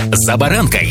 «За баранкой».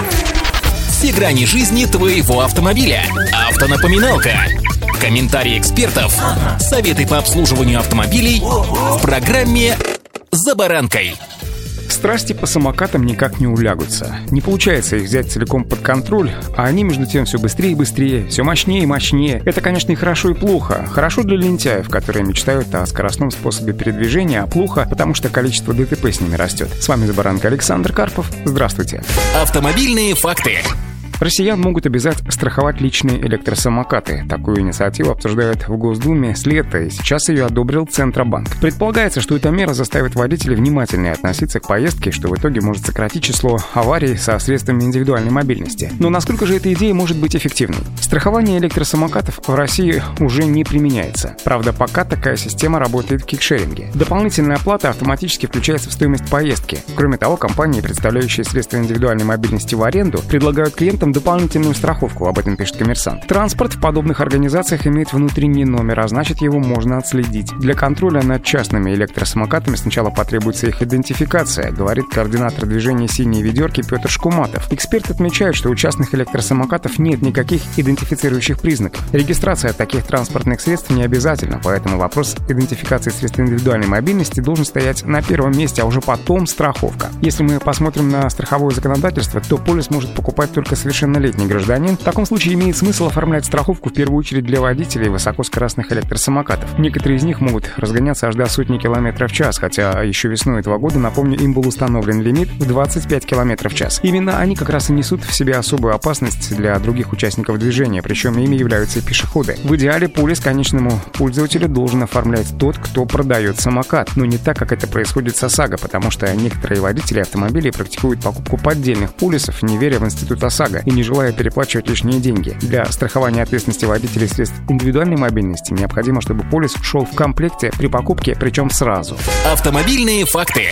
Все грани жизни твоего автомобиля. Автонапоминалка. Комментарии экспертов. Советы по обслуживанию автомобилей в программе «За баранкой». Страсти по самокатам никак не улягутся. Не получается их взять целиком под контроль, а они, между тем, все быстрее и быстрее, все мощнее и мощнее. Это, конечно, и хорошо, и плохо. Хорошо для лентяев, которые мечтают о скоростном способе передвижения, а плохо, потому что количество ДТП с ними растет. С вами «За баранкой» Александр Карпов. Здравствуйте. Автомобильные факты. Россиян могут обязать страховать личные электросамокаты. Такую инициативу обсуждают в Госдуме с лета, и сейчас ее одобрил Центробанк. Предполагается, что эта мера заставит водителей внимательнее относиться к поездке, что в итоге может сократить число аварий со средствами индивидуальной мобильности. Но насколько же эта идея может быть эффективной? Страхование электросамокатов в России уже не применяется. Правда, пока такая система работает в кикшеринге. Дополнительная оплата автоматически включается в стоимость поездки. Кроме того, компании, представляющие средства индивидуальной мобильности в аренду, предлагают клиентам дополнительную страховку, об этом пишет «Коммерсант». Транспорт в подобных организациях имеет внутренний номер, а значит, его можно отследить. Для контроля над частными электросамокатами сначала потребуется их идентификация, говорит координатор движения «Синие ведерки» Петр Шкуматов. Эксперт отмечает, что у частных электросамокатов нет никаких идентифицирующих признаков. Регистрация таких транспортных средств не обязательна, поэтому вопрос идентификации средств индивидуальной мобильности должен стоять на первом месте, а уже потом страховка. Если мы посмотрим на страховое законодательство, то полис может покупать только совершеннолетний гражданин. В таком случае имеет смысл оформлять страховку в первую очередь для водителей высокоскоростных электросамокатов. Некоторые из них могут разгоняться аж до сотни километров в час, хотя еще весной этого года, напомню, им был установлен лимит в 25 километров в час. Именно они как раз и несут в себе особую опасность для других участников движения, причем ими являются и пешеходы. В идеале полис конечному пользователю должен оформлять тот, кто продает самокат, но не так, как это происходит с ОСАГО, потому что некоторые водители автомобилей практикуют покупку поддельных полисов, не веря в институт ОСАГО и не желая переплачивать лишние деньги. Для страхования ответственности водителей средств индивидуальной мобильности необходимо, чтобы полис шел в комплекте при покупке, причем сразу. Автомобильные факты.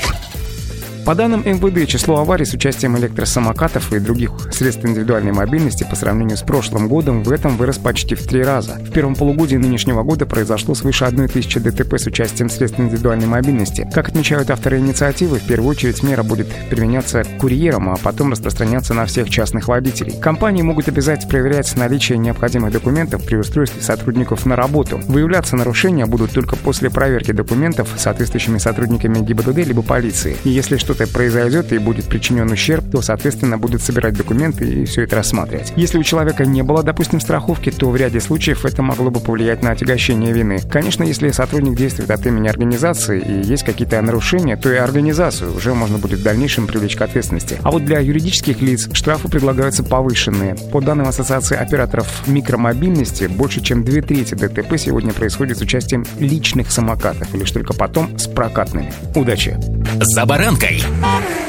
По данным МВД, число аварий с участием электросамокатов и других средств индивидуальной мобильности по сравнению с прошлым годом в этом вырос почти в 3 раза. В первом полугодии нынешнего года произошло свыше 1000 ДТП с участием средств индивидуальной мобильности. Как отмечают авторы инициативы, в первую очередь мера будет применяться к курьерам, а потом распространяться на всех частных водителей. Компании могут обязать проверять наличие необходимых документов при устройстве сотрудников на работу. Выявляться нарушения будут только после проверки документов соответствующими сотрудниками ГИБДД либо полиции. И если что-то произойдет и будет причинен ущерб, то, соответственно, будут собирать документы и все это рассматривать. Если у человека не было, допустим, страховки, то в ряде случаев это могло бы повлиять на отягощение вины. Конечно, если сотрудник действует от имени организации и есть какие-то нарушения, то и организацию уже можно будет в дальнейшем привлечь к ответственности. А вот для юридических лиц штрафы предлагаются повышенные. По данным Ассоциации операторов микромобильности, больше чем 2/3 ДТП сегодня происходит с участием личных самокатов, и лишь только потом с прокатными. Удачи! «За баранкой».